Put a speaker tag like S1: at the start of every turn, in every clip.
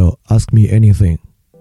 S1: So ask me anything.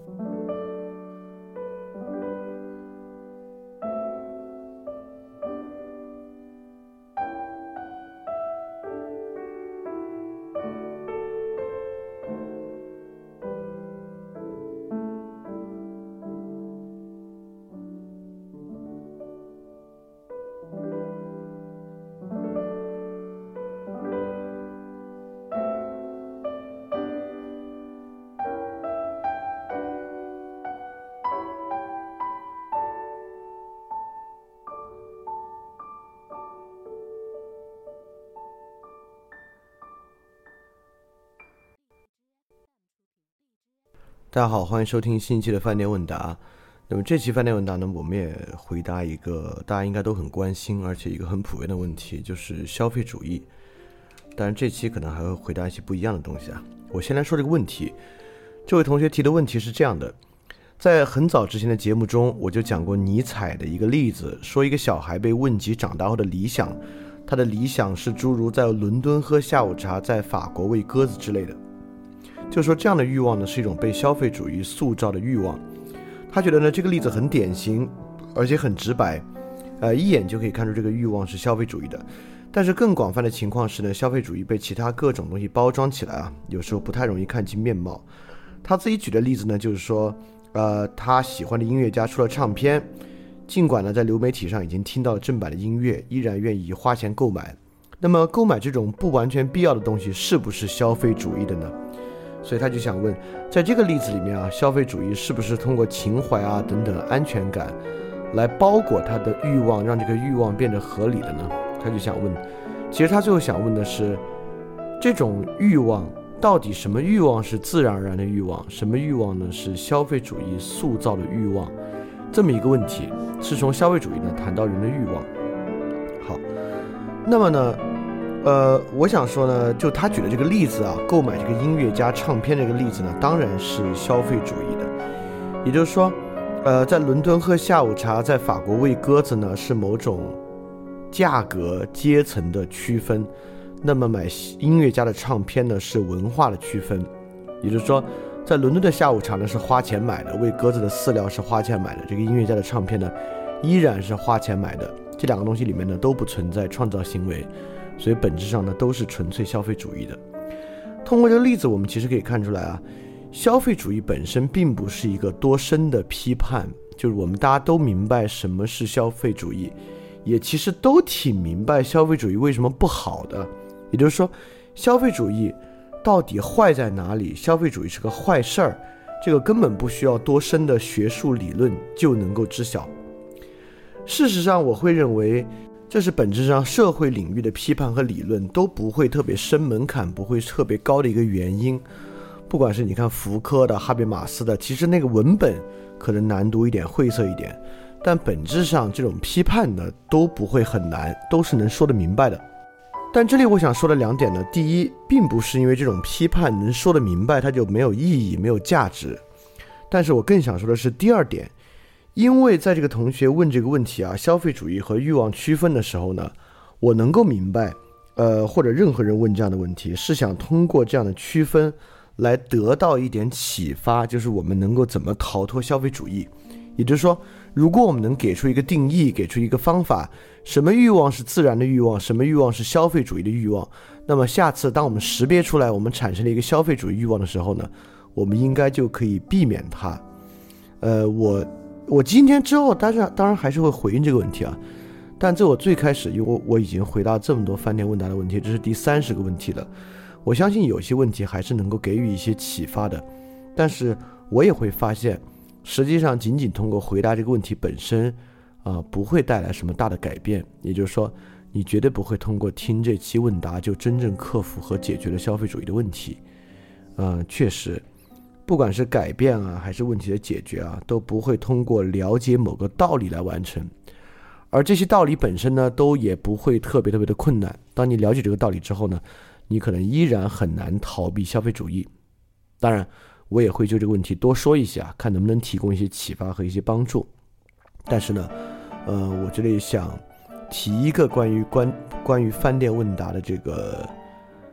S2: 大家好，欢迎收听新一期的饭店问答。那么这期饭店问答呢，我们也回答一个大家应该都很关心，而且一个很普遍的问题，就是消费主义。当然这期可能还会回答一些不一样的东西啊。我先来说这个问题。这位同学提的问题是这样的，在很早之前的节目中，我就讲过尼采的一个例子，说一个小孩被问及长大后的理想，他的理想是诸如在伦敦喝下午茶，在法国喂鸽子之类的。就说这样的欲望呢，是一种被消费主义塑造的欲望。他觉得呢，这个例子很典型，而且很直白，一眼就可以看出这个欲望是消费主义的。但是更广泛的情况是呢，消费主义被其他各种东西包装起来啊，有时候不太容易看清面貌。他自己举的例子呢，就是说，他喜欢的音乐家出了唱片，尽管呢在流媒体上已经听到了正版的音乐，依然愿意花钱购买。那么购买这种不完全必要的东西，是不是消费主义的呢？所以他就想问，在这个例子里面啊，消费主义是不是通过情怀啊等等安全感来包裹他的欲望，让这个欲望变得合理的呢？他就想问，其实他最后想问的是，这种欲望到底什么欲望是自然而然的欲望，什么欲望呢是消费主义塑造的欲望，这么一个问题，是从消费主义呢谈到人的欲望。好，那么呢我想说呢，就他举的这个例子啊，购买这个音乐家唱片这个例子呢，当然是消费主义的。也就是说，在伦敦喝下午茶，在法国喂鸽子呢，是某种价格阶层的区分。那么买音乐家的唱片呢，是文化的区分。也就是说，在伦敦的下午茶呢是花钱买的，喂鸽子的饲料是花钱买的，这个音乐家的唱片呢依然是花钱买的。这两个东西里面呢都不存在创造行为。所以本质上呢都是纯粹消费主义的。通过这个例子我们其实可以看出来啊，消费主义本身并不是一个多深的批判，就是我们大家都明白什么是消费主义，也其实都挺明白消费主义为什么不好的。也就是说，消费主义到底坏在哪里，消费主义是个坏事儿，这个根本不需要多深的学术理论就能够知晓。事实上我会认为这是本质上社会领域的批判和理论都不会特别深门槛，不会特别高的一个原因。不管是你看福柯的、哈贝马斯的，其实那个文本可能难读一点、晦涩一点，但本质上这种批判呢都不会很难，都是能说得明白的。但这里我想说的两点呢，第一，并不是因为这种批判能说得明白它就没有意义、没有价值，但是我更想说的是第二点。因为在这个同学问这个问题啊，消费主义和欲望区分的时候呢，我能够明白，或者任何人问这样的问题，是想通过这样的区分来得到一点启发，就是我们能够怎么逃脱消费主义。也就是说，如果我们能给出一个定义，给出一个方法，什么欲望是自然的欲望，什么欲望是消费主义的欲望，那么下次当我们识别出来我们产生了一个消费主义欲望的时候呢，我们应该就可以避免它。我今天之后当然还是会回应这个问题啊，但这我最开始，因为我已经回答这么多饭店问答的问题，这是第30个问题了。我相信有些问题还是能够给予一些启发的，但是我也会发现，实际上仅仅通过回答这个问题本身不会带来什么大的改变。也就是说，你绝对不会通过听这期问答就真正克服和解决了消费主义的问题。确实不管是改变啊还是问题的解决啊，都不会通过了解某个道理来完成，而这些道理本身呢都也不会特别的困难。当你了解这个道理之后呢，你可能依然很难逃避消费主义。当然我也会就这个问题多说一些啊，看能不能提供一些启发和一些帮助。但是呢我这里想提一个关于饭店问答的这个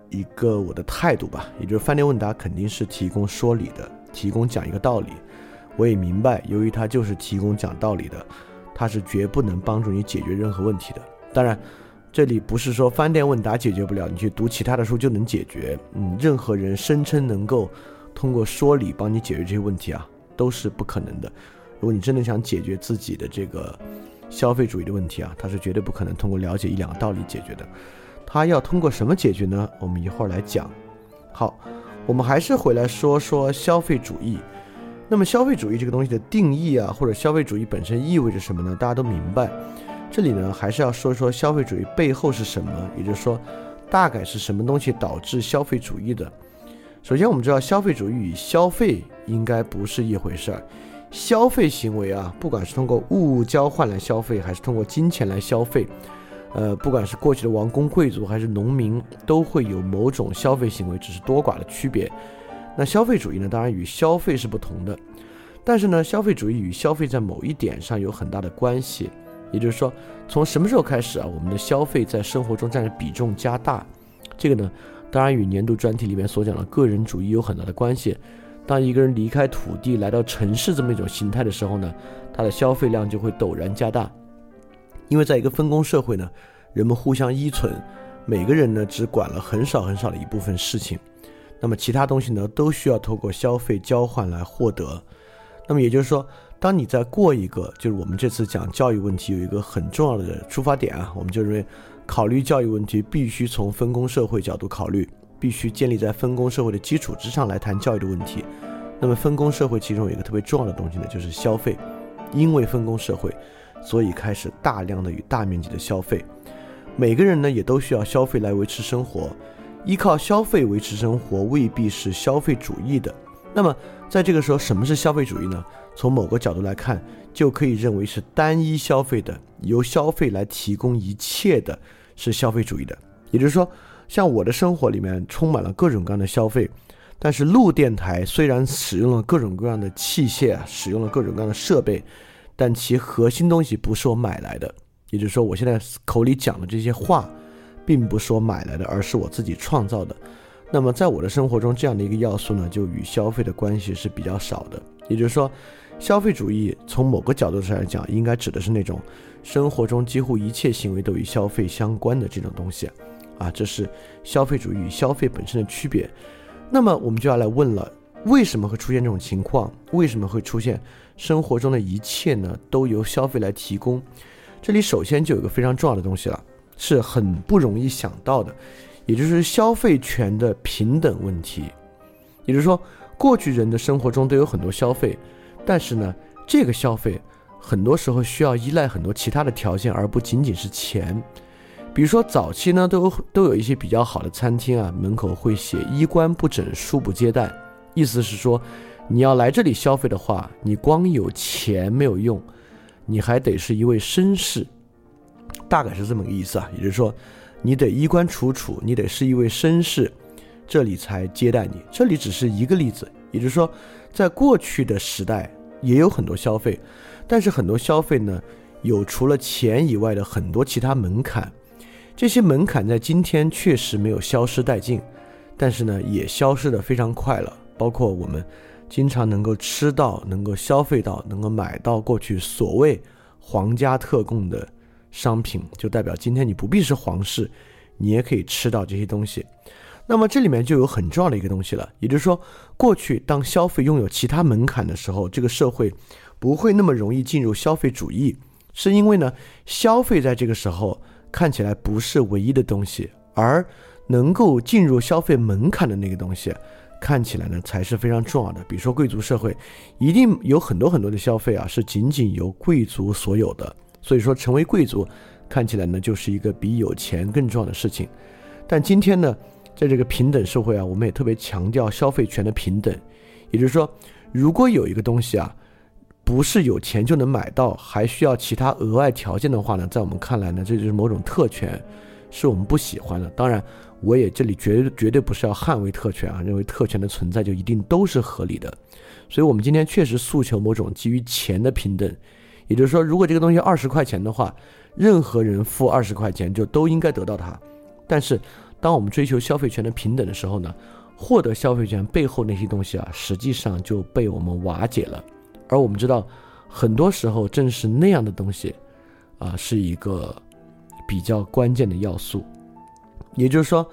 S2: 一个我的态度吧，也就是饭店问答肯定是提供说理的，提供讲一个道理。我也明白，由于它就是提供讲道理的，它是绝不能帮助你解决任何问题的。当然这里不是说饭店问答解决不了，你去读其他的书就能解决。任何人声称能够通过说理帮你解决这些问题啊，都是不可能的。如果你真的想解决自己的这个消费主义的问题啊，它是绝对不可能通过了解一两个道理解决的。它要通过什么解决呢？我们一会儿来讲。好，我们还是回来说说消费主义。那么消费主义这个东西的定义啊，或者消费主义本身意味着什么呢？大家都明白。这里呢，还是要说说消费主义背后是什么，也就是说大概是什么东西导致消费主义的。首先我们知道消费主义与消费应该不是一回事儿。消费行为啊，不管是通过物交换来消费，还是通过金钱来消费，不管是过去的王公贵族还是农民，都会有某种消费行为，只是多寡的区别。那消费主义呢，当然与消费是不同的，但是呢，消费主义与消费在某一点上有很大的关系。也就是说，从什么时候开始啊，我们的消费在生活中占的比重加大？这个呢，当然与年度专题里面所讲的个人主义有很大的关系。当一个人离开土地来到城市这么一种形态的时候呢，他的消费量就会陡然加大。因为在一个分工社会呢，人们互相依存，每个人呢只管了很少很少的一部分事情，那么其他东西呢都需要透过消费交换来获得。那么也就是说，当你在过一个，就是我们这次讲教育问题有一个很重要的出发点啊，我们就认为考虑教育问题必须从分工社会角度考虑，必须建立在分工社会的基础之上来谈教育的问题。那么分工社会其中有一个特别重要的东西呢，就是消费。因为分工社会，所以开始大量的与大面积的消费。每个人呢也都需要消费来维持生活，依靠消费维持生活未必是消费主义的。那么在这个时候，什么是消费主义呢？从某个角度来看，就可以认为是单一消费的，由消费来提供一切的，是消费主义的。也就是说，像我的生活里面充满了各种各样的消费，但是录电台虽然使用了各种各样的器械，使用了各种各样的设备，但其核心东西不是我买来的。也就是说，我现在口里讲的这些话并不是我买来的，而是我自己创造的。那么在我的生活中，这样的一个要素呢，就与消费的关系是比较少的。也就是说，消费主义从某个角度上来讲，应该指的是那种生活中几乎一切行为都与消费相关的这种东西啊，这是消费主义与消费本身的区别。那么我们就要来问了，为什么会出现这种情况？为什么会出现生活中的一切呢都由消费来提供？这里首先就有一个非常重要的东西了，是很不容易想到的，也就是消费权的平等问题。也就是说，过去人的生活中都有很多消费，但是呢，这个消费很多时候需要依赖很多其他的条件，而不仅仅是钱。比如说早期呢，都有一些比较好的餐厅啊，门口会写衣冠不整，恕不接待，意思是说，你要来这里消费的话，你光有钱没有用，你还得是一位绅士，大概是这么个意思啊。也就是说，你得衣冠楚楚，你得是一位绅士，这里才接待你。这里只是一个例子，也就是说，在过去的时代也有很多消费，但是很多消费呢，有除了钱以外的很多其他门槛。这些门槛在今天确实没有消失殆尽，但是呢，也消失得非常快了。包括我们经常能够吃到、能够消费到、能够买到过去所谓皇家特供的商品，就代表今天你不必是皇室，你也可以吃到这些东西。那么这里面就有很重要的一个东西了，也就是说，过去当消费拥有其他门槛的时候，这个社会不会那么容易进入消费主义，是因为呢，消费在这个时候看起来不是唯一的东西，而能够进入消费门槛的那个东西看起来呢才是非常重要的。比如说贵族社会一定有很多很多的消费啊，是仅仅由贵族所有的，所以说成为贵族看起来呢就是一个比有钱更重要的事情。但今天呢，在这个平等社会啊，我们也特别强调消费权的平等。也就是说，如果有一个东西啊不是有钱就能买到，还需要其他额外条件的话呢，在我们看来呢，这就是某种特权，是我们不喜欢的。当然我也这里绝对不是要捍卫特权啊，认为特权的存在就一定都是合理的。所以我们今天确实诉求某种基于钱的平等。也就是说，如果这个东西20块钱的话，任何人付20块钱就都应该得到它。但是当我们追求消费权的平等的时候呢，获得消费权背后那些东西啊，实际上就被我们瓦解了。而我们知道，很多时候正是那样的东西是一个比较关键的要素。也就是说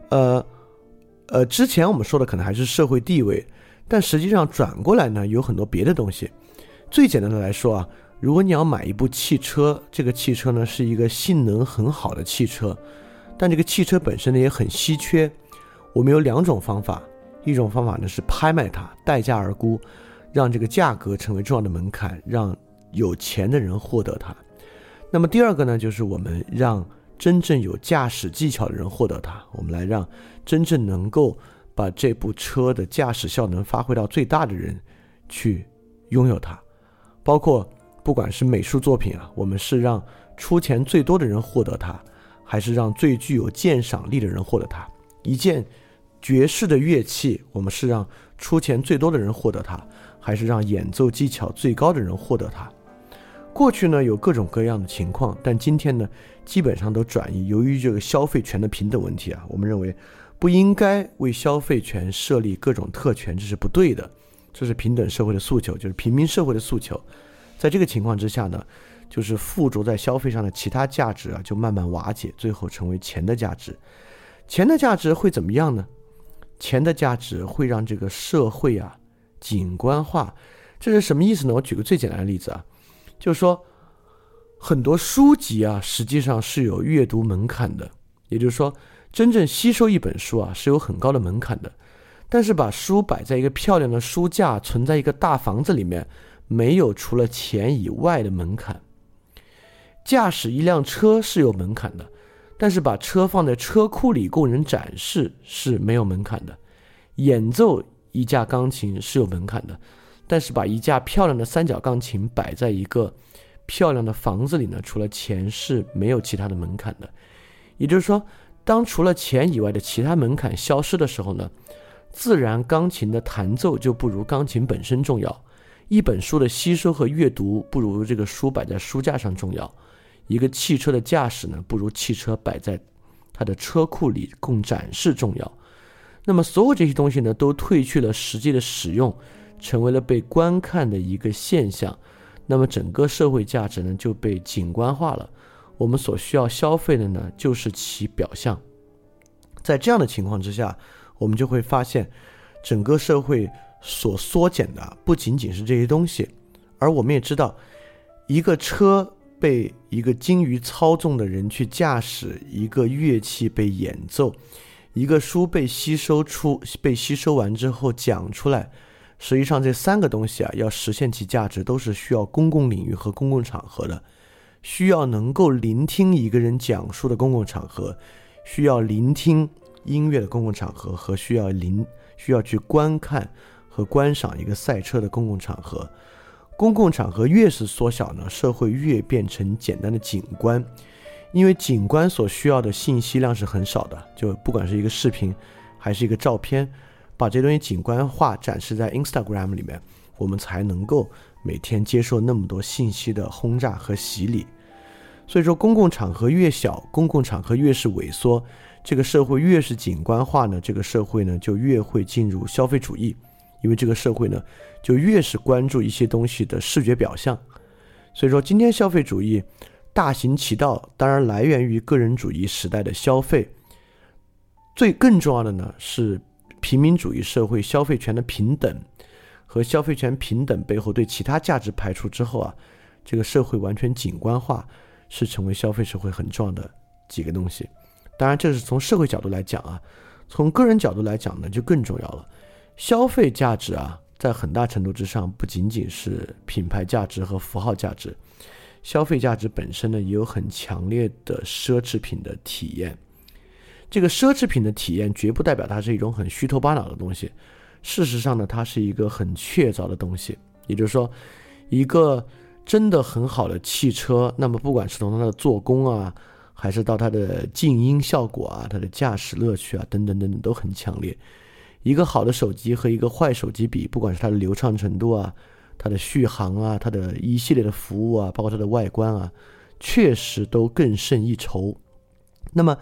S2: 之前我们说的可能还是社会地位，但实际上转过来呢，有很多别的东西。最简单的来说啊，如果你要买一部汽车，这个汽车呢是一个性能很好的汽车，但这个汽车本身呢也很稀缺。我们有2种方法，一种方法呢是拍卖它，待价而沽，让这个价格成为重要的门槛，让有钱的人获得它。那么第二个呢，就是我们让真正有驾驶技巧的人获得它，我们来让真正能够把这部车的驾驶效能发挥到最大的人去拥有它。包括不管是美术作品啊，我们是让出钱最多的人获得它，还是让最具有鉴赏力的人获得它。一件爵士的乐器，我们是让出钱最多的人获得它，还是让演奏技巧最高的人获得它。过去呢有各种各样的情况，但今天呢基本上都转移。由于这个消费权的平等问题啊，我们认为不应该为消费权设立各种特权，这是不对的。这是平等社会的诉求，就是平民社会的诉求。在这个情况之下呢，就是附着在消费上的其他价值啊，就慢慢瓦解，最后成为钱的价值。钱的价值会怎么样呢？钱的价值会让这个社会啊景观化。这是什么意思呢？我举个最简单的例子啊，就是说很多书籍啊实际上是有阅读门槛的，也就是说真正吸收一本书啊是有很高的门槛的。但是把书摆在一个漂亮的书架，存在一个大房子里面，没有除了钱以外的门槛。驾驶一辆车是有门槛的，但是把车放在车库里供人展示是没有门槛的。演奏一架钢琴是有门槛的，但是把一架漂亮的3角钢琴摆在一个漂亮的房子里呢，除了钱是没有其他的门槛的。也就是说，当除了钱以外的其他门槛消失的时候呢，自然钢琴的弹奏就不如钢琴本身重要，一本书的吸收和阅读不如这个书摆在书架上重要，一个汽车的驾驶呢不如汽车摆在它的车库里供展示重要。那么所有这些东西呢都褪去了实际的使用，成为了被观看的一个现象，那么整个社会价值呢就被景观化了。我们所需要消费的呢就是其表象。在这样的情况之下，我们就会发现整个社会所缩减的不仅仅是这些东西，而我们也知道，一个车被一个精于操纵的人去驾驶，一个乐器被演奏，一个书被吸收完之后讲出来，实际上这3个东西啊，要实现其价值都是需要公共领域和公共场合的，需要能够聆听一个人讲述的公共场合，需要聆听音乐的公共场合，和需要去观看和观赏一个赛车的公共场合。公共场合越是缩小呢，社会越变成简单的景观，因为景观所需要的信息量是很少的，就不管是一个视频还是一个照片，把这东西景观化展示在 Instagram 里面，我们才能够每天接受那么多信息的轰炸和洗礼。所以说公共场合越小，公共场合越是萎缩，这个社会越是景观化呢，这个社会呢就越会进入消费主义，因为这个社会呢就越是关注一些东西的视觉表象。所以说今天消费主义大行其道，当然来源于个人主义时代的消费，更重要的呢是平民主义社会消费权的平等，和消费权平等背后对其他价值排除之后啊，这个社会完全景观化是成为消费社会很重要的几个东西。当然这是从社会角度来讲啊，从个人角度来讲呢就更重要了。消费价值啊，在很大程度之上不仅仅是品牌价值和符号价值，消费价值本身呢也有很强烈的奢侈品的体验。这个奢侈品的体验绝不代表它是一种很虚头巴脑的东西，事实上呢它是一个很确凿的东西。也就是说，一个真的很好的汽车，那么不管是从它的做工啊，还是到它的静音效果啊，它的驾驶乐趣啊，等等等等都很强烈。一个好的手机和一个坏手机比，不管是它的流畅程度啊，它的续航啊，它的一系列的服务啊，包括它的外观啊，确实都更胜一筹。那么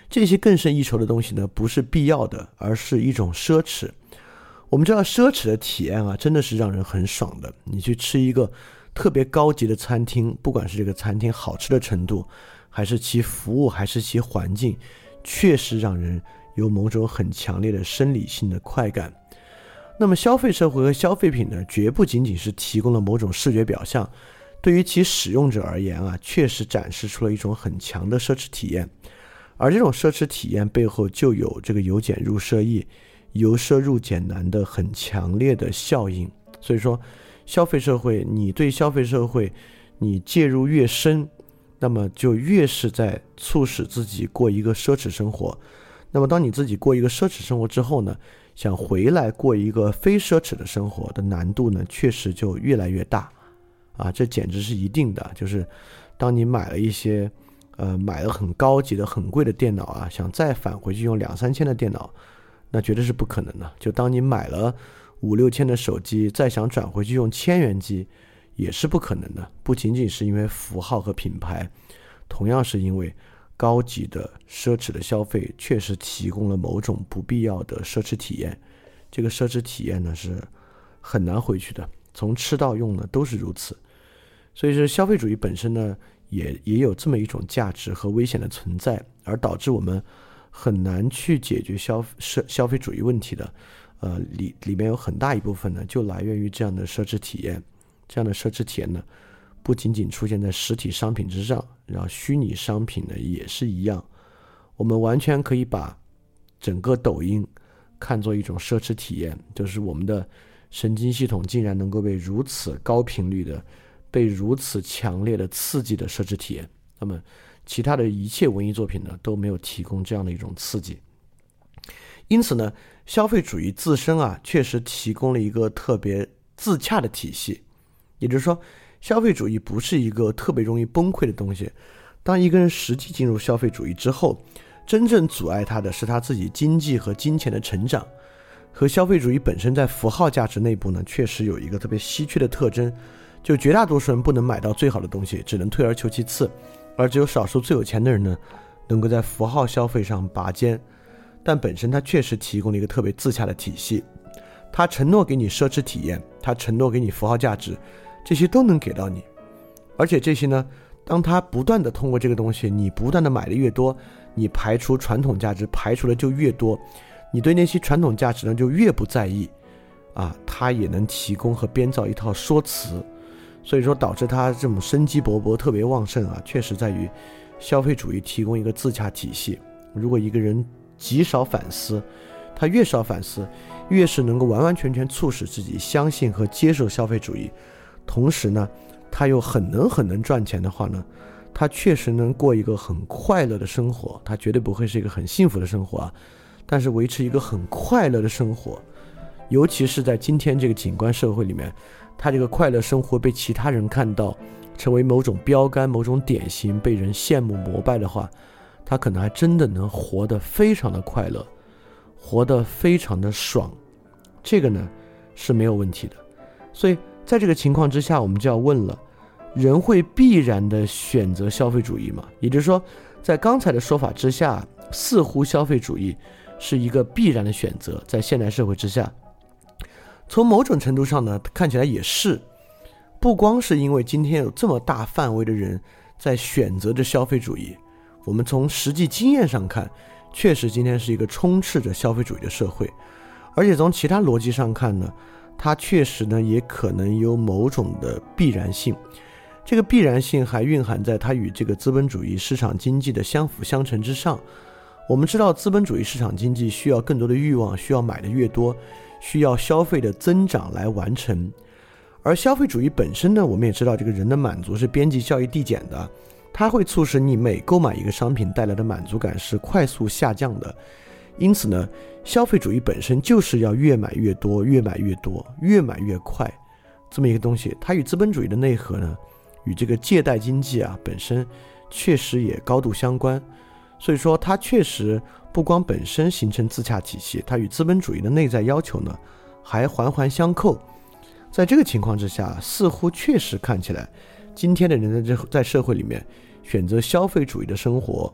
S2: 这些更胜一筹的东西呢，不是必要的，而是一种奢侈。我们知道奢侈的体验啊，真的是让人很爽的。你去吃一个特别高级的餐厅，不管是这个餐厅好吃的程度，还是其服务，还是其环境，确实让人有某种很强烈的生理性的快感。那么消费社会和消费品呢，绝不仅仅是提供了某种视觉表象，对于其使用者而言啊，确实展示出了一种很强的奢侈体验。而这种奢侈体验背后就有这个由俭入奢易、由奢入俭难的很强烈的效应。所以说消费社会，你对消费社会你介入越深，那么就越是在促使自己过一个奢侈生活。那么当你自己过一个奢侈生活之后呢，想回来过一个非奢侈的生活的难度呢，确实就越来越大啊，这简直是一定的。就是当你买了一些买了很高级的很贵的电脑啊，想再返回去用2-3千的电脑，那绝对是不可能的。就当你买了5-6千的手机，再想转回去用1000元机也是不可能的。不仅仅是因为符号和品牌，同样是因为高级的奢侈的消费确实提供了某种不必要的奢侈体验。这个奢侈体验呢是很难回去的，从吃到用呢都是如此。所以是消费主义本身呢也有这么一种价值和危险的存在，而导致我们很难去解决消费主义问题的。里面有很大一部分呢就来源于这样的奢侈体验。这样的奢侈体验呢不仅仅出现在实体商品之上，然后虚拟商品呢也是一样。我们完全可以把整个抖音看作一种奢侈体验，就是我们的神经系统竟然能够被如此高频率的、被如此强烈的刺激的奢侈体验。那么其他的一切文艺作品呢都没有提供这样的一种刺激。因此呢，消费主义自身啊确实提供了一个特别自洽的体系。也就是说，消费主义不是一个特别容易崩溃的东西。当一个人实际进入消费主义之后，真正阻碍他的是他自己经济和金钱的成长。和消费主义本身在符号价值内部呢，确实有一个特别稀缺的特征，就绝大多数人不能买到最好的东西，只能退而求其次，而只有少数最有钱的人呢，能够在符号消费上拔尖。但本身它确实提供了一个特别自洽的体系，它承诺给你奢侈体验，它承诺给你符号价值，这些都能给到你。而且这些呢，当它不断的通过这个东西，你不断的买的越多，你排除传统价值排除的就越多，你对那些传统价值呢就越不在意啊，它也能提供和编造一套说辞。所以说导致它这种生机勃勃特别旺盛啊，确实在于消费主义提供一个自洽体系。如果一个人极少反思，他越少反思，越是能够完完全全促使自己相信和接受消费主义，同时呢他又很能赚钱的话呢，他确实能过一个很快乐的生活。他绝对不会是一个很幸福的生活啊，但是维持一个很快乐的生活，尤其是在今天这个景观社会里面，他这个快乐生活被其他人看到，成为某种标杆、某种典型，被人羡慕膜拜的话，他可能还真的能活得非常的快乐，活得非常的爽，这个呢是没有问题的。所以在这个情况之下，我们就要问了，人会必然的选择消费主义吗？也就是说，在刚才的说法之下，似乎消费主义是一个必然的选择，在现代社会之下，从某种程度上呢，看起来也是。不光是因为今天有这么大范围的人在选择着消费主义，我们从实际经验上看，确实今天是一个充斥着消费主义的社会。而且从其他逻辑上看呢，它确实呢也可能有某种的必然性。这个必然性还蕴含在它与这个资本主义市场经济的相辅相成之上。我们知道资本主义市场经济需要更多的欲望，需要买的越多，需要消费的增长来完成。而消费主义本身呢，我们也知道这个人的满足是边际效益递减的，它会促使你每购买一个商品带来的满足感是快速下降的。因此呢，消费主义本身就是要越买越多，越买越多，越买越快这么一个东西。它与资本主义的内核呢，与这个借贷经济啊本身确实也高度相关。所以说它确实不光本身形成自洽体系，它与资本主义的内在要求呢还环环相扣。在这个情况之下，似乎确实看起来今天的人在社会里面选择消费主义的生活，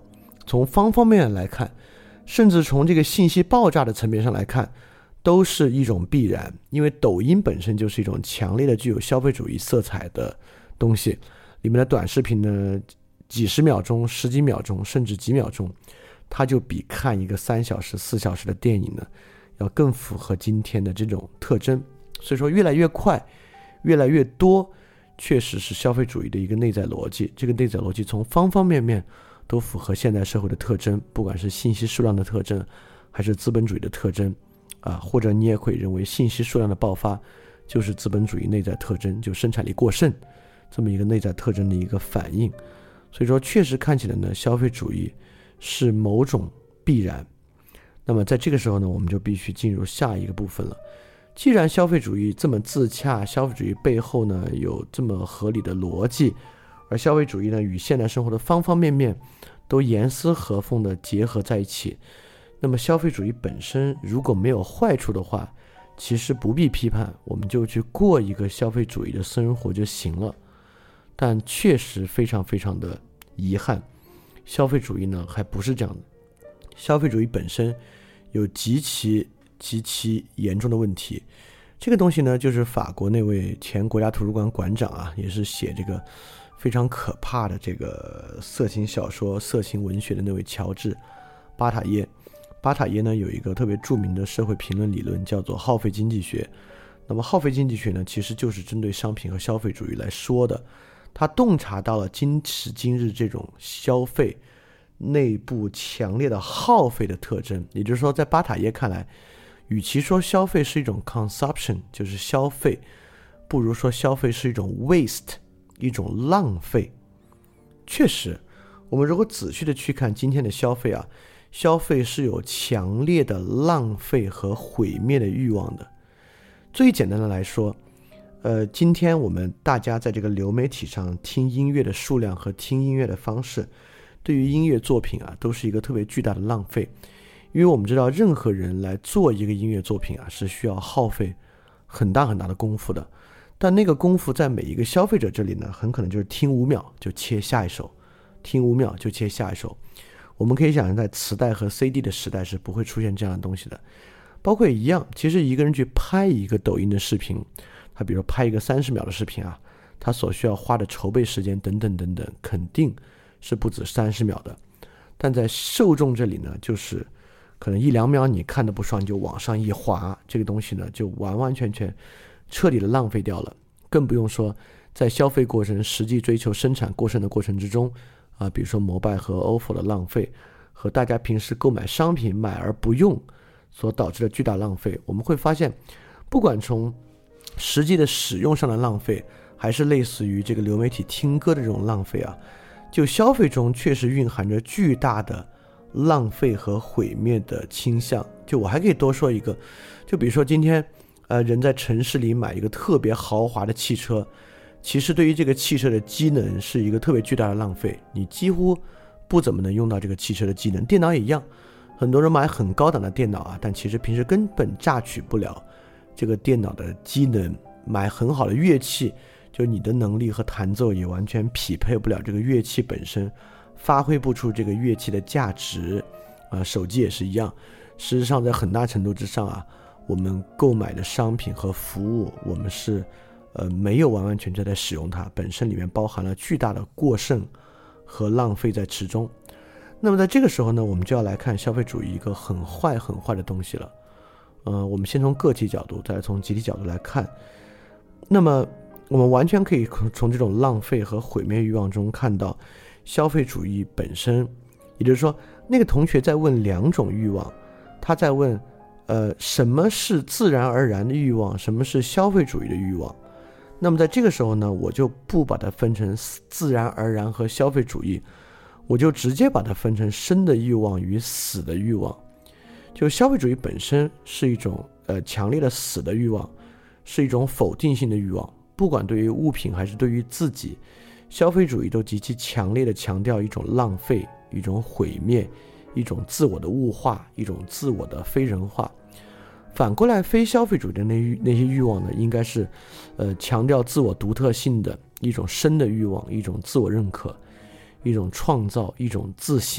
S2: 从方方面面来看，甚至从这个信息爆炸的层面上来看，都是一种必然。因为抖音本身就是一种强烈的具有消费主义色彩的东西，里面的短视频呢，几十秒钟、十几秒钟，甚至几秒钟，它就比看一个3小时、4小时的电影呢，要更符合今天的这种特征。所以说，越来越快，越来越多，确实是消费主义的一个内在逻辑。这个内在逻辑从方方面面都符合现代社会的特征，不管是信息数量的特征，还是资本主义的特征或者你也可以认为信息数量的爆发就是资本主义内在特征，就生产力过剩这么一个内在特征的一个反应。所以说确实看起来呢，消费主义是某种必然。那么在这个时候呢，我们就必须进入下一个部分了。既然消费主义这么自洽，消费主义背后呢有这么合理的逻辑，而消费主义呢与现代生活的方方面面都严丝合缝的结合在一起，那么消费主义本身如果没有坏处的话，其实不必批判，我们就去过一个消费主义的生活就行了。但确实非常非常的遗憾，消费主义呢还不是这样的。消费主义本身有极其严重的问题。这个东西呢，就是法国那位前国家图书馆馆长也是写这个非常可怕的这个色情小说、色情文学的那位乔治·巴塔耶。巴塔耶呢有一个特别著名的社会评论理论，叫做耗费经济学。那么耗费经济学呢，其实就是针对商品和消费主义来说的。他洞察到了今时今日这种消费内部强烈的耗费的特征。也就是说，在巴塔耶看来，与其说消费是一种 consumption 就是消费，不如说消费是一种 waste 一种浪费。确实，我们如果仔细的去看今天的消费消费是有强烈的浪费和毁灭的欲望的。最简单的来说，今天我们大家在这个流媒体上听音乐的数量和听音乐的方式，对于音乐作品都是一个特别巨大的浪费。因为我们知道任何人来做一个音乐作品是需要耗费很大很大的功夫的，但那个功夫在每一个消费者这里呢，很可能就是听5秒就切下一首，听5秒就切下一首。我们可以想象在磁带和 CD 的时代是不会出现这样的东西的。包括一样，其实一个人去拍一个抖音的视频，他比如拍一个30秒的视频他所需要花的筹备时间等等等等，肯定是不止30秒的。但在受众这里呢，就是可能1-2秒你看的不爽，你就往上一滑，这个东西呢就完完全全彻底的浪费掉了。更不用说在消费过程、实际追求生产过剩的过程之中比如说摩拜和 OFO 的浪费，和大家平时购买商品买而不用所导致的巨大浪费。我们会发现，不管从实际的使用上的浪费，还是类似于这个流媒体听歌的这种浪费就消费中确实蕴含着巨大的浪费和毁灭的倾向。就我还可以多说一个，就比如说今天人在城市里买一个特别豪华的汽车，其实对于这个汽车的机能是一个特别巨大的浪费，你几乎不怎么能用到这个汽车的机能。电脑也一样，很多人买很高档的电脑但其实平时根本榨取不了这个电脑的机能。买很好的乐器，就你的能力和弹奏也完全匹配不了这个乐器本身，发挥不出这个乐器的价值手机也是一样。事实上在很大程度之上我们购买的商品和服务，我们是没有完完全全在使用它，本身里面包含了巨大的过剩和浪费在其中。那么在这个时候呢，我们就要来看消费主义一个很坏很坏的东西了。我们先从个体角度，再从集体角度来看。那么我们完全可以从这种浪费和毁灭欲望中看到消费主义本身。也就是说，那个同学在问2种欲望，他在问什么是自然而然的欲望，什么是消费主义的欲望。那么在这个时候呢，我就不把它分成自然而然和消费主义，我就直接把它分成生的欲望与死的欲望。就消费主义本身是一种强烈的死的欲望，是一种否定性的欲望，不管对于物品还是对于自己，消费主义都极其强烈的强调一种浪费，一种毁灭，一种自我的物化，一种自我的非人化。反过来，非消费主义的那些欲望呢，应该是强调自我独特性的一种生的欲望，一种自我认可，一种创造，一种自信，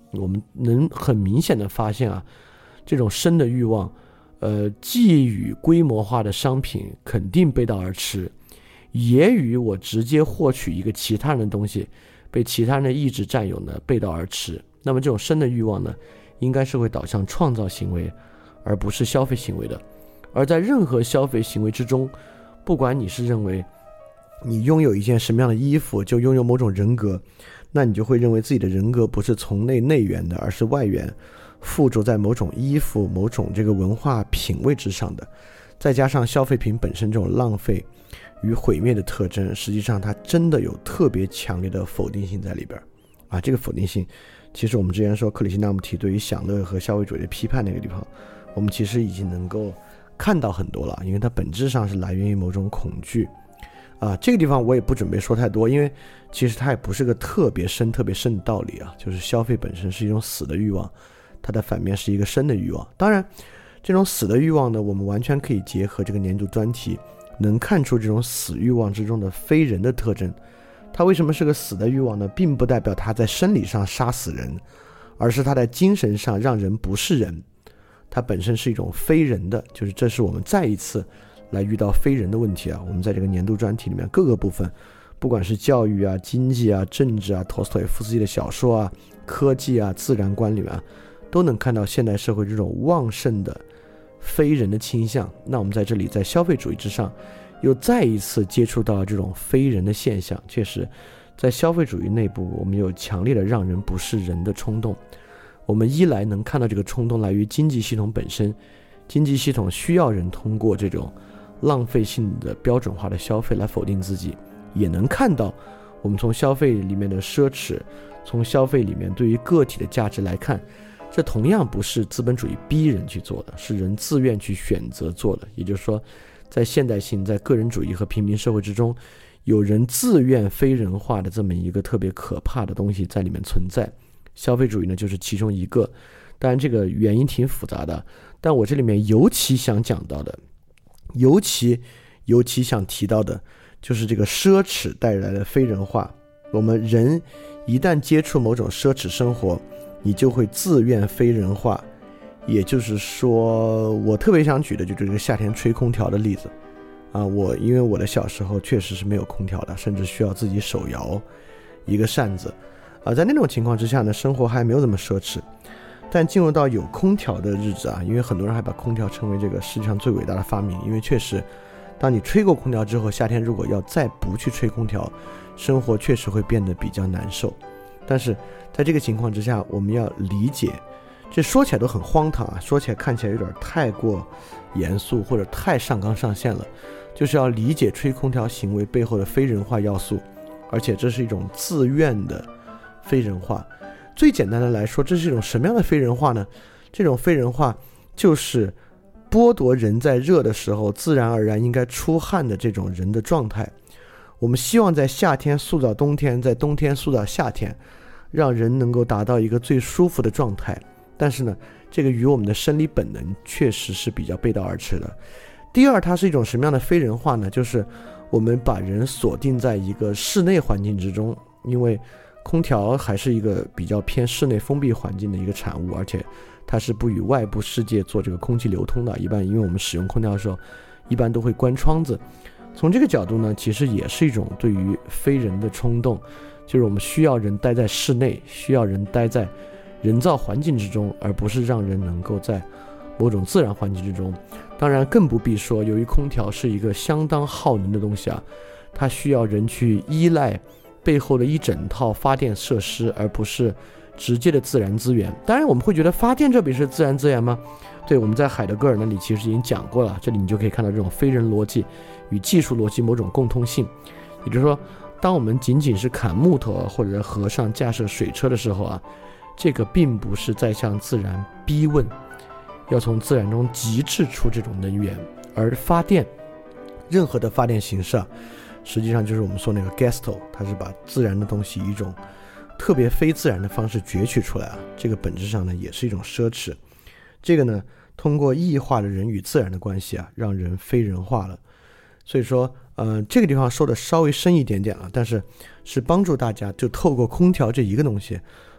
S2: 我们能很明显的发现啊，这种生的欲望，既与规模化的商品肯定背道而驰，也与我直接获取一个其他人的东西被其他人的意志占有呢背道而驰。那么这种生的欲望呢，应该是会导向创造行为，而不是消费行为的。而在任何消费行为之中，不管你是认为你拥有一件什么样的衣服就拥有某种人格，那你就会认为自己的人格不是从内源的，而是外源，附着在某种衣服、某种这个文化品味之上的。再加上消费品本身这种浪费与毁灭的特征，实际上它真的有特别强烈的否定性在里边啊。这个否定性，其实我们之前说克里希那穆提对于享乐和消费主义的批判那个地方，我们其实已经能够看到很多了，因为它本质上是来源于某种恐惧啊。这个地方我也不准备说太多，因为其实它也不是个特别深的道理啊。就是消费本身是一种死的欲望，它的反面是一个生的欲望。当然这种死的欲望呢，我们完全可以结合这个年度专题，能看出这种死欲望之中的非人的特征。它为什么是个死的欲望呢？并不代表它在生理上杀死人，而是它在精神上让人不是人，它本身是一种非人的。就是这是我们再一次来遇到非人的问题啊。我们在这个年度专题里面各个部分，不管是教育啊、经济啊、政治啊、陀思妥耶夫斯基的小说啊、科技啊、自然观里面啊，都能看到现代社会这种旺盛的非人的倾向。那我们在这里在消费主义之上又再一次接触到这种非人的现象。确实在消费主义内部，我们有强烈的让人不是人的冲动。我们一来能看到这个冲动来于经济系统本身，经济系统需要人通过这种浪费性的标准化的消费来否定自己，也能看到我们从消费里面的奢侈，从消费里面对于个体的价值来看，这同样不是资本主义逼人去做的，是人自愿去选择做的。也就是说，在现代性、在个人主义和平民社会之中，有人自愿非人化的这么一个特别可怕的东西在里面存在。消费主义呢，就是其中一个。当然这个原因挺复杂的，但我这里面尤其想讲到的，尤其想提到的，就是这个奢侈带来的非人化。我们人一旦接触某种奢侈生活，你就会自愿非人化。也就是说，我特别想举的就是这个夏天吹空调的例子啊。因为我的小时候确实是没有空调的，甚至需要自己手摇一个扇子啊。在那种情况之下呢，生活还没有这么奢侈。但进入到有空调的日子啊，因为很多人还把空调称为这个世界上最伟大的发明，因为确实当你吹过空调之后，夏天如果要再不去吹空调，生活确实会变得比较难受。但是在这个情况之下，我们要理解，这说起来都很荒唐啊，说起来看起来有点太过严肃或者太上纲上线了，就是要理解吹空调行为背后的非人化要素，而且这是一种自愿的非人化。最简单的来说，这是一种什么样的非人化呢？这种非人化就是剥夺人在热的时候自然而然应该出汗的这种人的状态。我们希望在夏天塑造冬天，在冬天塑造夏天，让人能够达到一个最舒服的状态。但是呢，这个与我们的生理本能确实是比较背道而驰的。第二，它是一种什么样的非人化呢？就是我们把人锁定在一个室内环境之中，因为空调还是一个比较偏室内封闭环境的一个产物，而且它是不与外部世界做这个空气流通的。一般因为我们使用空调的时候一般都会关窗子，从这个角度呢，其实也是一种对于非人的冲动，就是我们需要人待在室内，需要人待在人造环境之中，而不是让人能够在某种自然环境之中。当然更不必说，由于空调是一个相当耗能的东西啊，它需要人去依赖背后的一整套发电设施，而不是直接的自然资源。当然我们会觉得发电这笔是自然资源吗？对，我们在海德格尔那里其实已经讲过了，这里你就可以看到这种非人逻辑与技术逻辑某种共通性。也就是说，当我们仅仅是砍木头或者在河上架设水车的时候啊，这个并不是在向自然逼问，要从自然中极致出这种能源。而发电，任何的发电形式啊，实际上就是我们说那个 Gesto， 它是把自然的东西以一种特别非自然的方式攫取出来啊，这个本质上呢也是一种奢侈。这个呢，通过异化的人与自然的关系啊，让人非人化了。所以说这个地方说的稍微深一点点了，但是是帮助大家就透过空调这一个东西，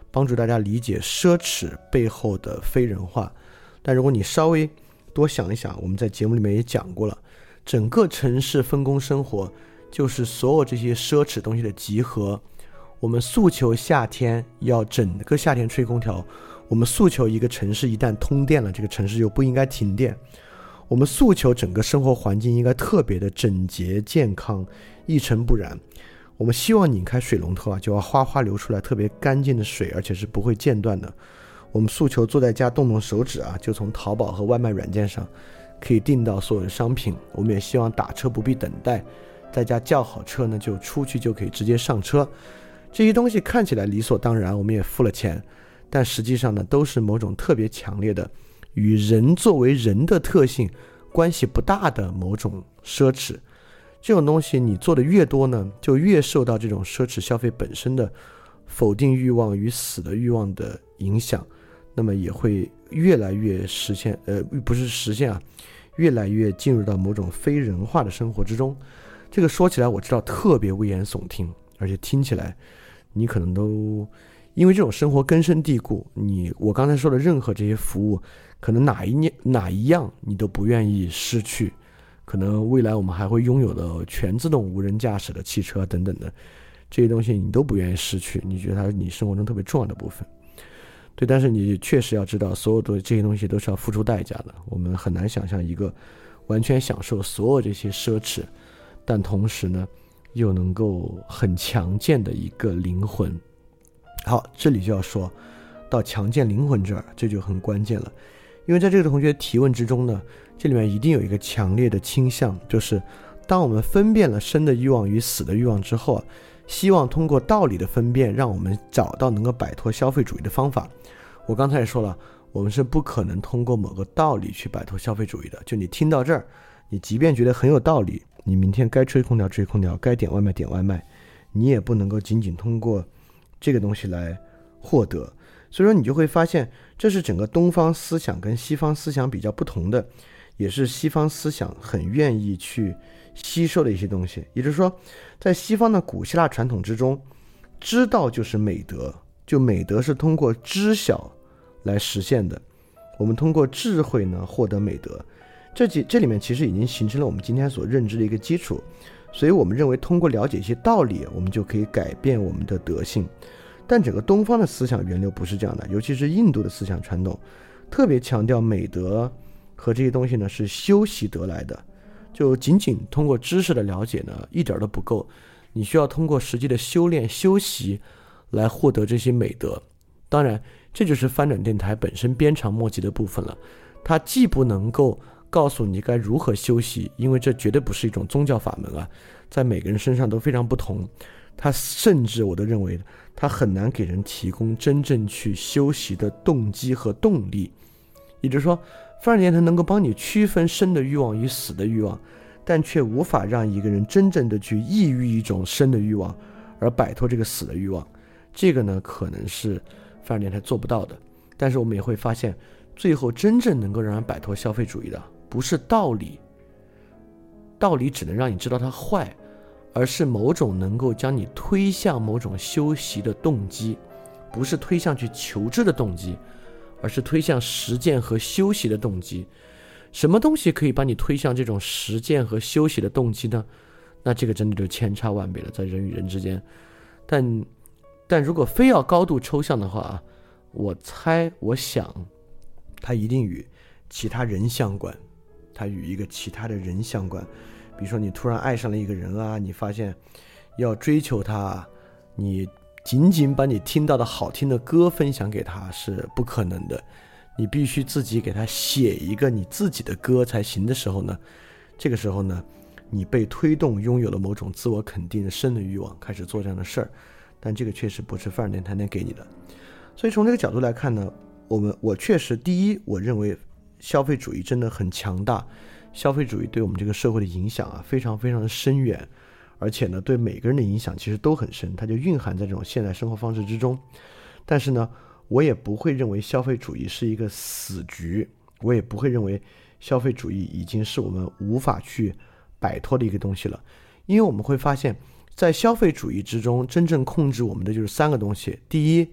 S2: 帮助大家理解奢侈背后的非人化。但如果你稍微多想一想，我们在节目里面也讲过了，整个城市分工生活就是所有这些奢侈东西的集合。我们诉求夏天要整个夏天吹空调，我们诉求一个城市一旦通电了，这个城市就不应该停电。我们诉求整个生活环境应该特别的整洁健康，一尘不染。我们希望拧开水龙头就要哗哗流出来特别干净的水，而且是不会间断的。我们诉求坐在家动动手指就从淘宝和外卖软件上可以订到所有的商品。我们也希望打车不必等待，在家叫好车呢就出去就可以直接上车。这些东西看起来理所当然，我们也付了钱，但实际上呢都是某种特别强烈的与人作为人的特性关系不大的某种奢侈。这种东西你做的越多呢，就越受到这种奢侈消费本身的否定欲望与死的欲望的影响，那么也会越来越实现不是实现越来越进入到某种非人化的生活之中。这个说起来我知道特别危言耸听，而且听起来你可能都因为这种生活根深蒂固，我刚才说的任何这些服务，可能哪一样你都不愿意失去。可能未来我们还会拥有的全自动无人驾驶的汽车等等的这些东西你都不愿意失去，你觉得它是你生活中特别重要的部分。对，但是你确实要知道所有的这些东西都是要付出代价的。我们很难想象一个完全享受所有这些奢侈，但同时呢又能够很强健的一个灵魂。好，这里就要说到强健灵魂这儿，这就很关键了。因为在这个同学提问之中呢，这里面一定有一个强烈的倾向，就是当我们分辨了生的欲望与死的欲望之后希望通过道理的分辨让我们找到能够摆脱消费主义的方法。我刚才也说了，我们是不可能通过某个道理去摆脱消费主义的。就你听到这儿，你即便觉得很有道理，你明天该吹空调吹空调，该点外卖点外卖，你也不能够仅仅通过这个东西来获得。所以说你就会发现，这是整个东方思想跟西方思想比较不同的，也是西方思想很愿意去吸收的一些东西。也就是说，在西方的古希腊传统之中，知道就是美德，就美德是通过知晓来实现的。我们通过智慧呢获得美德，这里面其实已经形成了我们今天所认知的一个基础。所以我们认为通过了解一些道理，我们就可以改变我们的德性。但整个东方的思想源流不是这样的，尤其是印度的思想传统特别强调美德和这些东西呢是修习得来的，就仅仅通过知识的了解呢一点都不够，你需要通过实际的修炼修习来获得这些美德。当然这就是翻转电台本身鞭长莫及的部分了，它既不能够告诉你该如何修习，因为这绝对不是一种宗教法门在每个人身上都非常不同。它甚至我都认为它很难给人提供真正去修习的动机和动力。也就是说，翻转电台能够帮你区分生的欲望与死的欲望，但却无法让一个人真正的去抑郁一种生的欲望而摆脱这个死的欲望。这个呢可能是翻转电台做不到的。但是我们也会发现，最后真正能够让人摆脱消费主义的不是道理，道理只能让你知道它坏，而是某种能够将你推向某种修习的动机，不是推向去求知的动机，而是推向实践和修习的动机。什么东西可以把你推向这种实践和修习的动机呢？那这个真的就千差万别了，在人与人之间。但如果非要高度抽象的话我想它一定与其他人相关，它与一个其他的人相关。比如说你突然爱上了一个人你发现要追求他，你仅仅把你听到的好听的歌分享给他是不可能的，你必须自己给他写一个你自己的歌才行的时候呢，这个时候呢，你被推动拥有了某种自我肯定的深的欲望，开始做这样的事儿。但这个确实不是翻转电台能给你的。所以从这个角度来看呢，我确实第一，我认为消费主义真的很强大，消费主义对我们这个社会的影响非常非常的深远，而且呢对每个人的影响其实都很深，它就蕴含在这种现代生活方式之中。但是呢我也不会认为消费主义是一个死局，我也不会认为消费主义已经是我们无法去摆脱的一个东西了。因为我们会发现在消费主义之中真正控制我们的就是三个东西。第一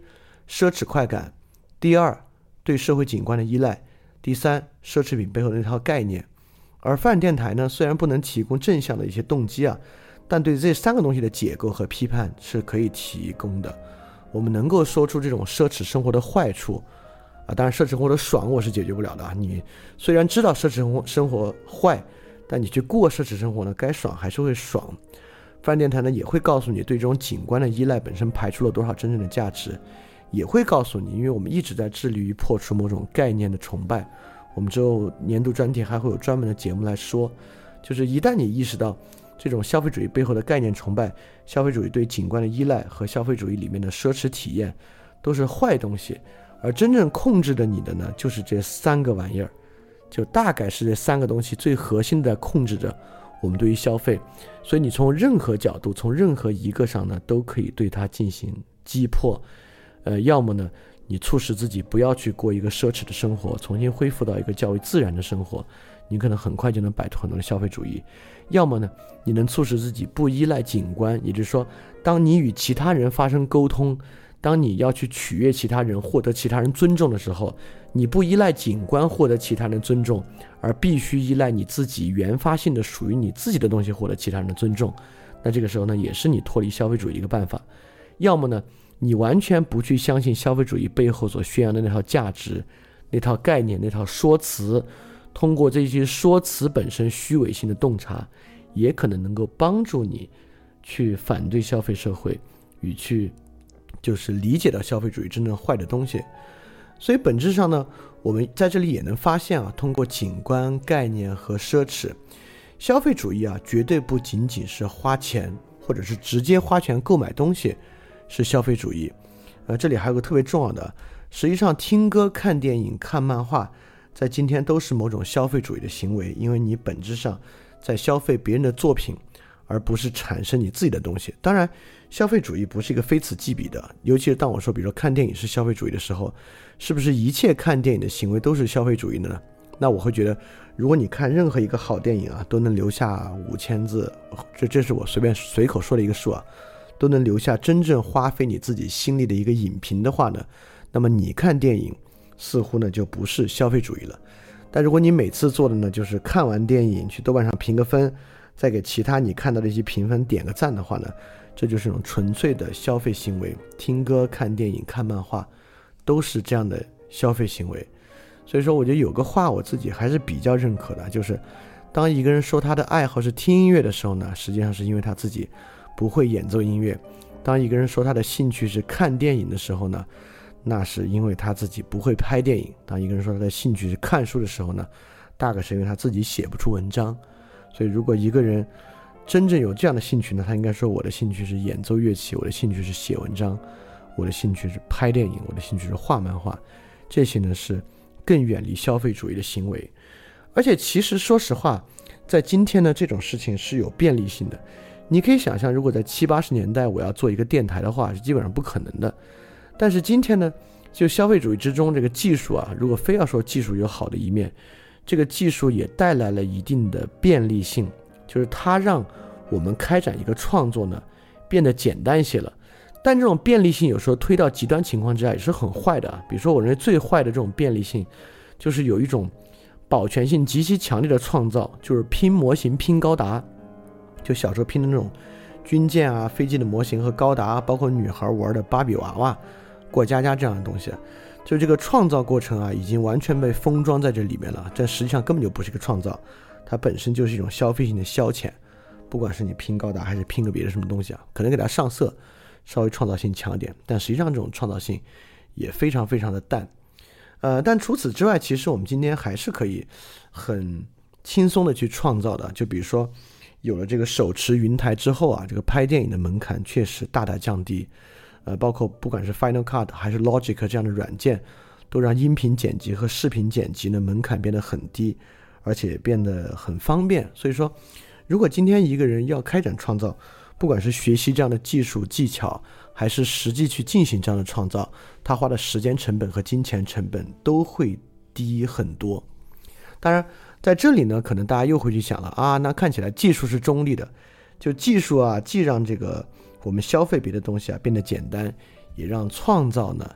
S2: 奢侈快感；第二，对社会景观的依赖；第三，奢侈品背后的那套概念。而泛电台呢，虽然不能提供正向的一些动机啊，但对这三个东西的解构和批判是可以提供的。我们能够说出这种奢侈生活的坏处啊，当然奢侈生活的爽我是解决不了的啊。你虽然知道奢侈生活坏，但你去过奢侈生活呢，该爽还是会爽。泛电台呢也会告诉你对这种景观的依赖本身排出了多少真正的价值，也会告诉你，因为我们一直在致力于破除某种概念的崇拜。我们之后年度专题还会有专门的节目来说，就是一旦你意识到这种消费主义背后的概念崇拜，消费主义对景观的依赖和消费主义里面的奢侈体验都是坏东西，而真正控制着你的呢，就是这三个玩意儿，就大概是这三个东西最核心的在控制着我们对于消费。所以你从任何角度，从任何一个上呢，都可以对它进行击破。要么呢，你促使自己不要去过一个奢侈的生活，重新恢复到一个较为自然的生活，你可能很快就能摆脱很多的消费主义。要么呢，你能促使自己不依赖景观，也就是说，当你与其他人发生沟通，当你要去取悦其他人，获得其他人尊重的时候，你不依赖景观获得其他人尊重，而必须依赖你自己原发性的属于你自己的东西获得其他人的尊重。那这个时候呢，也是你脱离消费主义的一个办法。要么呢，你完全不去相信消费主义背后所宣扬的那套价值、那套概念、那套说辞，通过这些说辞本身虚伪性的洞察，也可能能够帮助你去反对消费社会，与去就是理解到消费主义真正坏的东西。所以本质上呢，我们在这里也能发现啊，通过景观、概念和奢侈，消费主义啊，绝对不仅仅是花钱，或者是直接花钱购买东西是消费主义。这里还有个特别重要的，实际上听歌、看电影、看漫画，在今天都是某种消费主义的行为，因为你本质上在消费别人的作品，而不是产生你自己的东西。当然，消费主义不是一个非此即彼的，尤其是当我说比如说看电影是消费主义的时候，是不是一切看电影的行为都是消费主义的呢？那我会觉得，如果你看任何一个好电影啊，都能留下5000字，这是我随口说的一个数啊，都能留下真正花费你自己心力的一个影评的话呢，那么你看电影似乎呢就不是消费主义了。但如果你每次做的呢就是看完电影去豆瓣上评个分，再给其他你看到的一些评分点个赞的话呢，这就是一种纯粹的消费行为。听歌、看电影、看漫画都是这样的消费行为。所以说我觉得有个话我自己还是比较认可的，就是当一个人说他的爱好是听音乐的时候呢，实际上是因为他自己不会演奏音乐；当一个人说他的兴趣是看电影的时候呢，那是因为他自己不会拍电影；当一个人说他的兴趣是看书的时候呢，大概是因为他自己写不出文章。所以如果一个人真正有这样的兴趣呢，他应该说我的兴趣是演奏乐器，我的兴趣是写文章，我的兴趣是拍电影，我的兴趣是画漫画，这些呢是更远离消费主义的行为。而且其实说实话，在今天呢，这种事情是有便利性的。你可以想象，如果在70、80年代我要做一个电台的话，是基本上不可能的。但是今天呢，就消费主义之中这个技术啊，如果非要说技术有好的一面，这个技术也带来了一定的便利性，就是它让我们开展一个创作呢变得简单一些了。但这种便利性有时候推到极端情况之下也是很坏的啊。比如说我认为最坏的这种便利性，就是有一种保全性极其强烈的创造，就是拼模型拼高达。就小时候拼的那种军舰啊、飞机的模型和高达，包括女孩玩的芭比娃娃、过家家这样的东西，就这个创造过程啊，已经完全被封装在这里面了。这实际上根本就不是一个创造，它本身就是一种消费性的消遣。不管是你拼高达还是拼个别的什么东西啊，可能给它上色，稍微创造性强一点，但实际上这种创造性也非常非常的淡。但除此之外，其实我们今天还是可以很轻松的去创造的。就比如说，有了这个手持云台之后啊，这个拍电影的门槛确实大大降低。包括不管是 Final Cut 还是 Logic 这样的软件，都让音频剪辑和视频剪辑的门槛变得很低，而且变得很方便。所以说，如果今天一个人要开展创造，不管是学习这样的技术技巧，还是实际去进行这样的创造，他花的时间成本和金钱成本都会低很多。当然在这里呢，可能大家又会去想了啊，那看起来技术是中立的，就技术啊，既让这个我们消费别的东西啊变得简单，也让创造呢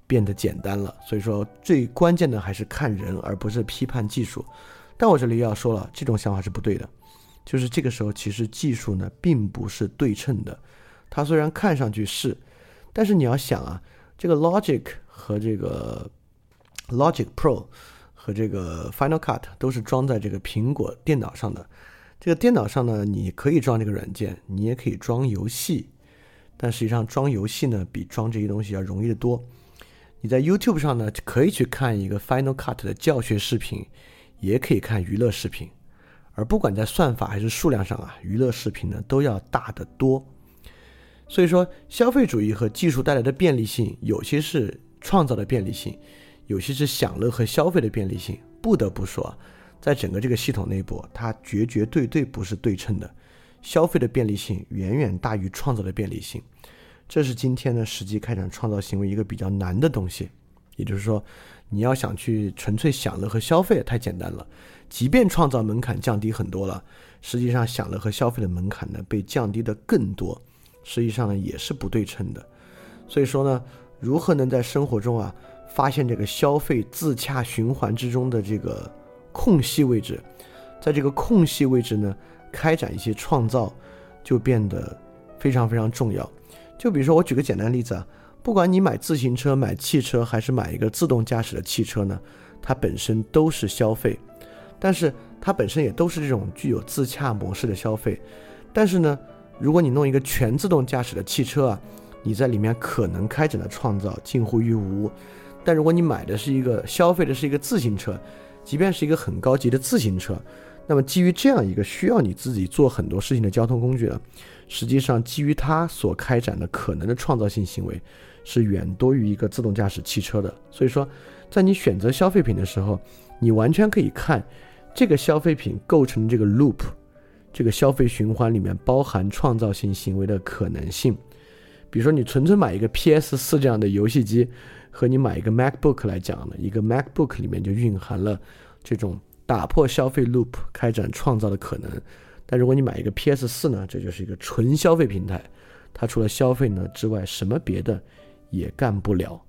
S2: 变得简单了。所以说最关键的还是看人，而不是批判技术。但我这里要说了，这种想法是不对的，就是这个时候其实技术呢并不是对称的，它虽然看上去是，但是你要想啊，这个 Logic 和这个 Logic Pro 和这个 Final Cut 都是装在这个苹果电脑上的。这个电脑上呢，你可以装这个软件，你也可以装游戏，但实际上装游戏呢比装这些东西要容易得多。你在 YouTube 上呢可以去看一个 Final Cut 的教学视频，也可以看娱乐视频，而不管在算法还是数量上啊，娱乐视频呢都要大得多。所以说消费主义和技术带来的便利性，有些是创造的便利性，有些是享乐和消费的便利性。不得不说，在整个这个系统内部，它绝对不是对称的，消费的便利性远远大于创造的便利性。这是今天呢实际开展创造行为一个比较难的东西。也就是说，你要想去纯粹享乐和消费太简单了，即便创造门槛降低很多了，实际上享乐和消费的门槛呢被降低的更多，实际上呢也是不对称的。所以说呢，如何能在生活中啊发现这个消费自洽循环之中的这个空隙位置，在这个空隙位置呢开展一些创造，就变得非常非常重要。就比如说我举个简单的例子啊，不管你买自行车、买汽车，还是买一个自动驾驶的汽车呢，它本身都是消费，但是它本身也都是这种具有自洽模式的消费。但是呢，如果你弄一个全自动驾驶的汽车啊，你在里面可能开展的创造近乎于无。但如果你买的是一个消费的是一个自行车，即便是一个很高级的自行车，那么基于这样一个需要你自己做很多事情的交通工具呢，实际上基于它所开展的可能的创造性行为是远多于一个自动驾驶汽车的。所以说在你选择消费品的时候，你完全可以看这个消费品构成这个 loop， 这个消费循环里面包含创造性行为的可能性。比如说你纯粹买一个 PS4 这样的游戏机，和你买一个 MacBook 来讲呢，一个 MacBook 里面就蕴含了这种打破消费 loop 开展创造的可能。但如果你买一个 PS4 呢，这就是一个纯消费平台，它除了消费呢之外什么别的也干不了。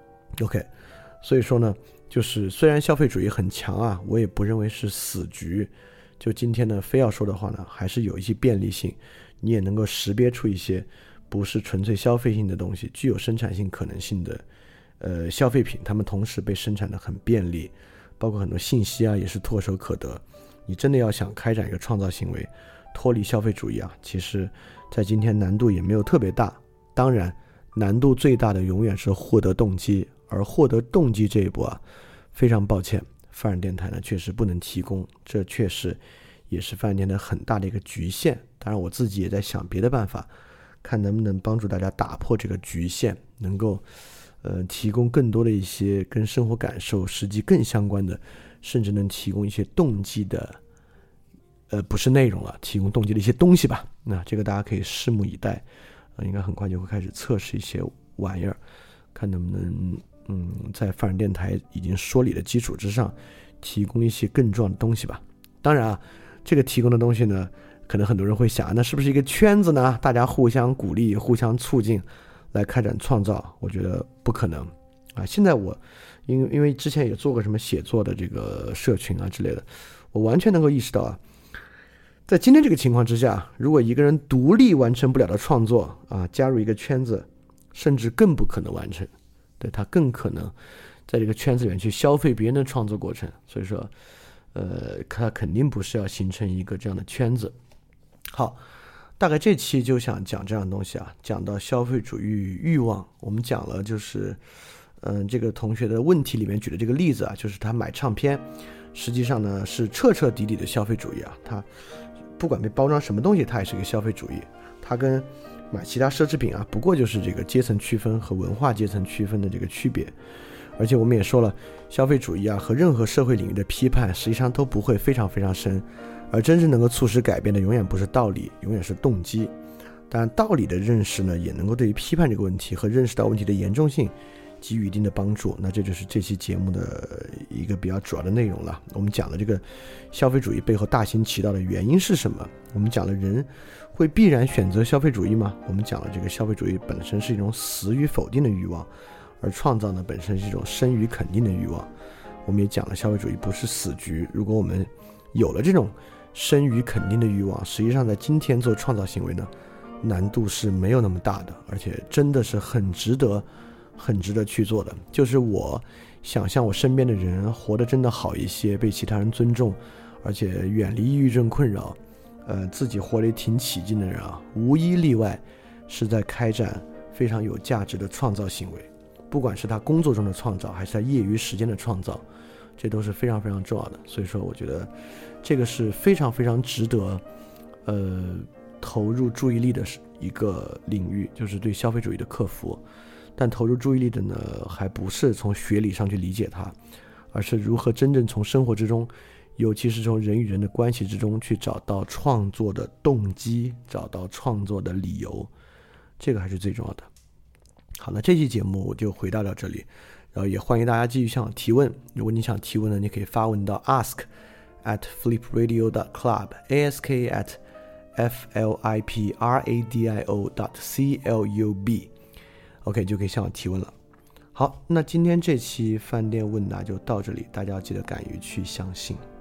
S2: OK， 所以说呢，就是虽然消费主义很强啊，我也不认为是死局。就今天呢非要说的话呢，还是有一些便利性，你也能够识别出一些不是纯粹消费性的东西，具有生产性可能性的消费品，它们同时被生产的很便利，包括很多信息啊也是唾手可得。你真的要想开展一个创造行为，脱离消费主义啊，其实在今天难度也没有特别大。当然难度最大的永远是获得动机，而获得动机这一步啊，非常抱歉，泛软电台呢确实不能提供，这确实也是泛软电台很大的一个局限。当然我自己也在想别的办法，看能不能帮助大家打破这个局限，能够提供更多的一些跟生活感受实际更相关的，甚至能提供一些动机的不是内容了，提供动机的一些东西吧。那这个大家可以拭目以待，应该很快就会开始测试一些玩意儿，看能不能在泛软电台已经说理的基础之上提供一些更重要的东西吧。当然啊，这个提供的东西呢，可能很多人会想，那是不是一个圈子呢？大家互相鼓励、互相促进来开展创造？我觉得不可能啊。现在我因为之前也做过什么写作的这个社群啊之类的，我完全能够意识到啊，在今天这个情况之下，如果一个人独立完成不了的创作啊，加入一个圈子，甚至更不可能完成。对，他更可能在这个圈子里面去消费别人的创作过程。所以说他肯定不是要形成一个这样的圈子。好，大概这期就想讲这样的东西啊，讲到消费主义与欲望。我们讲了就是这个同学的问题里面举的这个例子啊，就是他买唱片实际上呢是彻彻底底的消费主义啊，他不管被包装什么东西，它也是一个消费主义。它跟买其他奢侈品啊，不过就是这个阶层区分和文化阶层区分的这个区别。而且我们也说了，消费主义啊和任何社会领域的批判实际上都不会非常非常深，而真正能够促使改变的永远不是道理，永远是动机。当然道理的认识呢，也能够对于批判这个问题和认识到问题的严重性给予一定的帮助。那这就是这期节目的一个比较主要的内容了。我们讲了这个消费主义背后大行其道的原因是什么，我们讲了人会必然选择消费主义吗？我们讲了这个消费主义本身是一种死与否定的欲望， 而创造呢本身是一种生于肯定的欲望。我们也讲了，消费主义不是死局，如果我们有了这种生于肯定的欲望，实际上在今天做创造行为呢，难度是没有那么大的，而且真的是很值得去做的。就是我想象我身边的人活得真的好一些，被其他人尊重，而且远离抑郁症困扰，自己活得挺起劲的人啊，无一例外是在开展非常有价值的创造行为，不管是他工作中的创造还是他业余时间的创造，这都是非常非常重要的。所以说我觉得这个是非常非常值得投入注意力的一个领域，就是对消费主义的克服。但投入注意力的呢，还不是从学理上去理解它，而是如何真正从生活之中，尤其是从人与人的关系之中去找到创作的动机，找到创作的理由，这个还是最重要的。好，那这期节目就回答到这里，然后也欢迎大家继续向我提问。如果你想提问呢，你可以发问到 ask@flipradio.club ask@flipradio.club OK 就可以向我提问了。好，那今天这期饭店问答就到这里，大家要记得敢于去相信。